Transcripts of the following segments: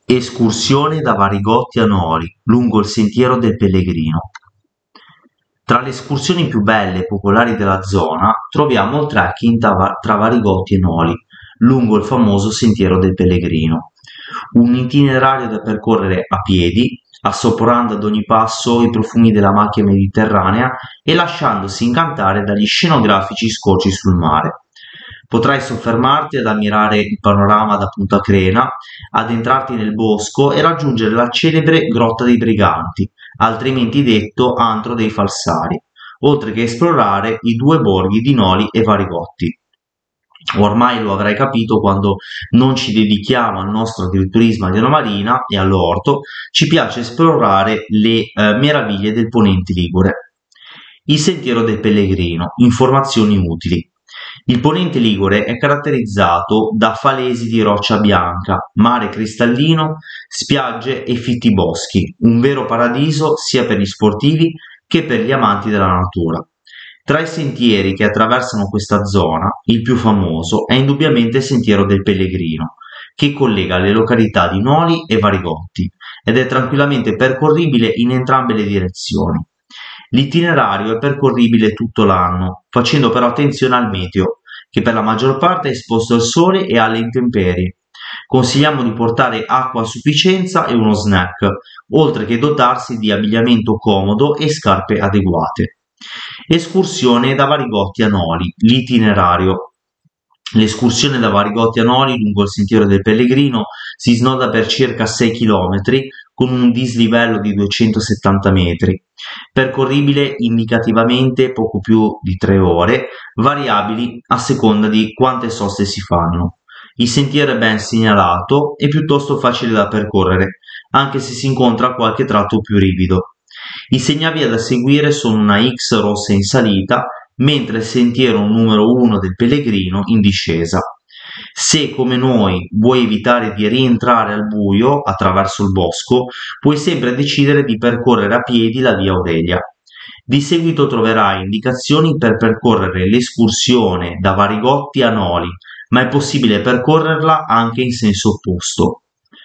Escursione da Varigotti a Noli, lungo il sentiero del Pellegrino. Tra le escursioni più belle e popolari della zona troviamo il trekking tra Varigotti e Noli, lungo il famoso sentiero del Pellegrino. Un itinerario da percorrere a piedi, assaporando ad ogni passo i profumi della macchia mediterranea e lasciandosi incantare dagli scenografici scorci sul mare. Potrai soffermarti ad ammirare il panorama da Punta Crena, addentrarti nel bosco e raggiungere la celebre Grotta dei Briganti, altrimenti detto Antro dei Falsari, oltre che esplorare i due borghi di Noli e Varigotti. Ormai lo avrai capito, quando non ci dedichiamo al nostro agriturismo marina e all'orto, ci piace esplorare le meraviglie del Ponente Ligure. Il sentiero del Pellegrino, informazioni utili. Il Ponente Ligure è caratterizzato da falesi di roccia bianca, mare cristallino, spiagge e fitti boschi, un vero paradiso sia per gli sportivi che per gli amanti della natura. Tra i sentieri che attraversano questa zona, il più famoso è indubbiamente il Sentiero del Pellegrino, che collega le località di Noli e Varigotti ed è tranquillamente percorribile in entrambe le direzioni. L'itinerario è percorribile tutto l'anno, facendo però attenzione al meteo, che per la maggior parte è esposto al sole e alle intemperie. Consigliamo di portare acqua a sufficienza e uno snack, oltre che dotarsi di abbigliamento comodo e scarpe adeguate. Escursione da Varigotti a Noli, l'itinerario. L'escursione da Varigotti a Noli lungo il sentiero del Pellegrino si snoda per circa 6 km con un dislivello di 270 metri, percorribile indicativamente poco più di 3 ore, variabili a seconda di quante soste si fanno. Il sentiero è ben segnalato e piuttosto facile da percorrere, anche se si incontra qualche tratto più ripido. I segnavia da seguire sono una X rossa in salita, mentre il sentiero numero 1 del Pellegrino in discesa. Se, come noi, vuoi evitare di rientrare al buio attraverso il bosco, puoi sempre decidere di percorrere a piedi la via Aurelia. Di seguito troverai indicazioni per percorrere l'escursione da Varigotti a Noli, ma è possibile percorrerla anche in senso opposto,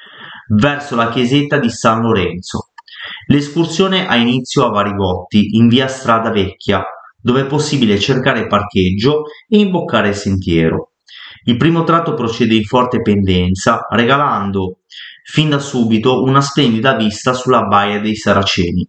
verso la chiesetta di San Lorenzo. L'escursione ha inizio a Varigotti, in via Strada Vecchia, dove è possibile cercare parcheggio e imboccare il sentiero. Il primo tratto procede in forte pendenza, regalando fin da subito una splendida vista sulla baia dei Saraceni.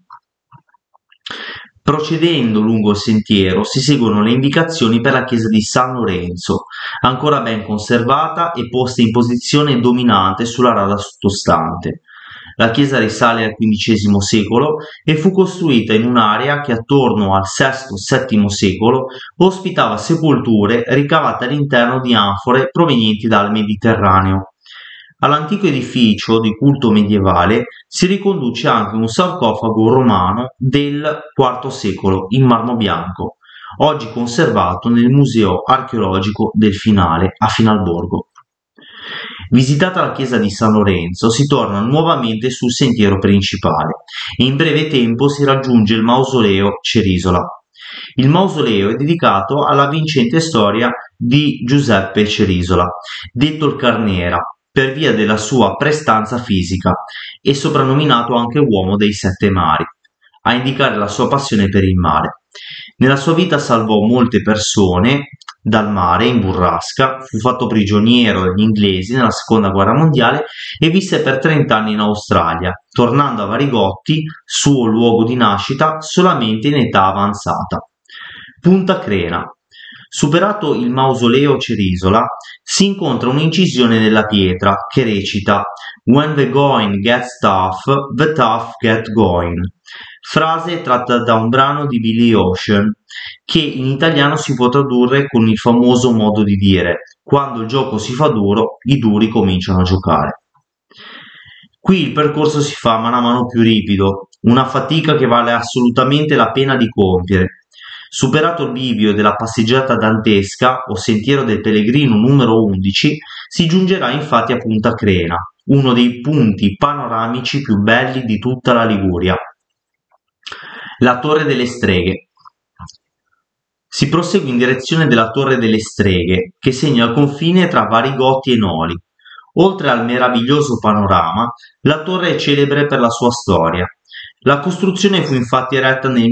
Procedendo lungo il sentiero si seguono le indicazioni per la chiesa di San Lorenzo, ancora ben conservata e posta in posizione dominante sulla rada sottostante. La chiesa risale al XV secolo e fu costruita in un'area che attorno al VI-VII secolo ospitava sepolture ricavate all'interno di anfore provenienti dal Mediterraneo. All'antico edificio di culto medievale si riconduce anche un sarcofago romano del IV secolo in marmo bianco, oggi conservato nel Museo archeologico del Finale a Finalborgo. Visitata la chiesa di San Lorenzo, si torna nuovamente sul sentiero principale e in breve tempo si raggiunge il mausoleo Cerisola. Il mausoleo è dedicato alla vincente storia di Giuseppe Cerisola, detto il Carnera, per via della sua prestanza fisica, e soprannominato anche uomo dei 7 mari, a indicare la sua passione per il mare. Nella sua vita salvò molte persone dal mare in burrasca, fu fatto prigioniero dagli inglesi nella seconda guerra mondiale e visse per 30 anni in Australia, tornando a Varigotti, suo luogo di nascita, solamente in età avanzata. Punta Crena. Superato il mausoleo Cerisola, si incontra un'incisione nella pietra che recita "When the going gets tough, the tough get going", frase tratta da un brano di Billy Ocean, che in italiano si può tradurre con il famoso modo di dire "quando il gioco si fa duro, i duri cominciano a giocare". Qui il percorso si fa mano a mano più ripido, una fatica che vale assolutamente la pena di compiere. Superato il bivio della passeggiata dantesca o sentiero del Pellegrino numero 11, si giungerà infatti a Punta Crena, uno dei punti panoramici più belli di tutta la Liguria. La Torre delle Streghe. Si prosegue in direzione della Torre delle Streghe, che segna il confine tra Varigotti e Noli. Oltre al meraviglioso panorama, la torre è celebre per la sua storia. La costruzione fu infatti eretta nel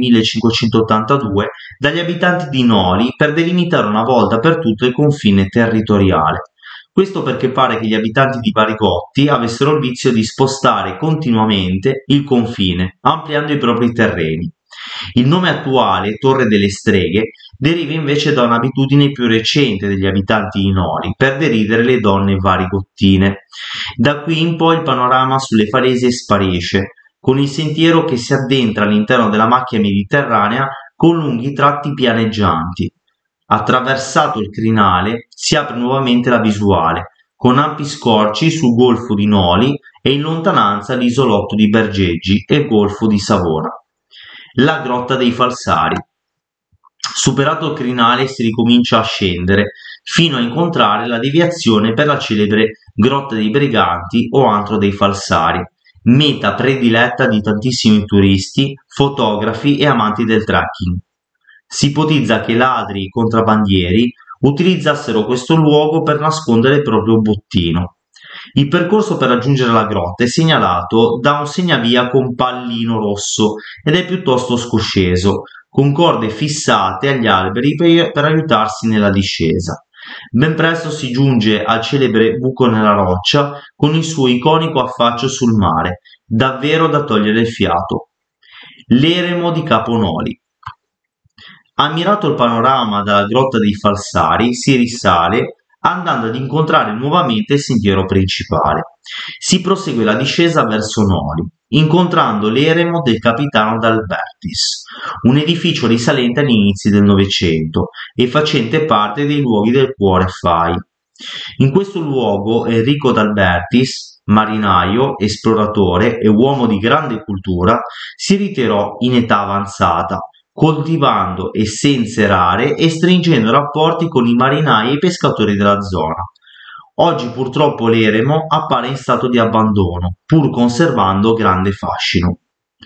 1582 dagli abitanti di Noli per delimitare una volta per tutte il confine territoriale. Questo perché pare che gli abitanti di Varigotti avessero il vizio di spostare continuamente il confine, ampliando i propri terreni. Il nome attuale, Torre delle Streghe, deriva invece da un'abitudine più recente degli abitanti di Noli per deridere le donne varigottine. Da qui in poi il panorama sulle falesie sparisce, con il sentiero che si addentra all'interno della macchia mediterranea con lunghi tratti pianeggianti. Attraversato il crinale si apre nuovamente la visuale, con ampi scorci sul golfo di Noli e in lontananza l'isolotto di Bergeggi e il golfo di Savona. La grotta dei Falsari. Superato il crinale si ricomincia a scendere, fino a incontrare la deviazione per la celebre Grotta dei Briganti o Antro dei Falsari, meta prediletta di tantissimi turisti, fotografi e amanti del trekking. Si ipotizza che ladri e contrabbandieri utilizzassero questo luogo per nascondere il proprio bottino. Il percorso per raggiungere la grotta è segnalato da un segnavia con pallino rosso ed è piuttosto scosceso, con corde fissate agli alberi per aiutarsi nella discesa. Ben presto si giunge al celebre buco nella roccia con il suo iconico affaccio sul mare, davvero da togliere il fiato. L'eremo di Caponoli. Ammirato il panorama dalla grotta dei Falsari, si risale andando ad incontrare nuovamente il sentiero principale. Si prosegue la discesa verso Noli, incontrando l'eremo del capitano d'Albertis, un edificio risalente agli inizi del Novecento e facente parte dei luoghi del cuore Fai. In questo luogo Enrico d'Albertis, marinaio, esploratore e uomo di grande cultura, si ritirò in età avanzata, coltivando essenze rare e stringendo rapporti con i marinai e i pescatori della zona. Oggi purtroppo l'eremo appare in stato di abbandono, pur conservando grande fascino.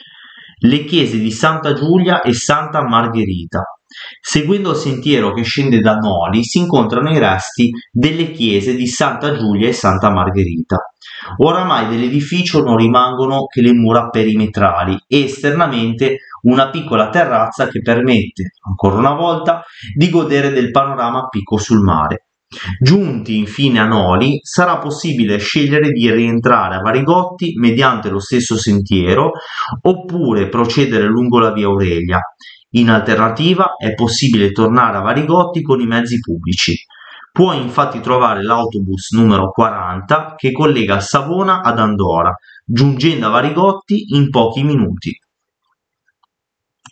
Le chiese di Santa Giulia e Santa Margherita. Seguendo il sentiero che scende da Noli si incontrano i resti delle chiese di Santa Giulia e Santa Margherita. Oramai dell'edificio non rimangono che le mura perimetrali e esternamente una piccola terrazza che permette, ancora una volta, di godere del panorama a picco sul mare. Giunti infine a Noli, sarà possibile scegliere di rientrare a Varigotti mediante lo stesso sentiero oppure procedere lungo la via Aurelia. In alternativa è possibile tornare a Varigotti con i mezzi pubblici. Puoi infatti trovare l'autobus numero 40 che collega Savona ad Andora, giungendo a Varigotti in pochi minuti.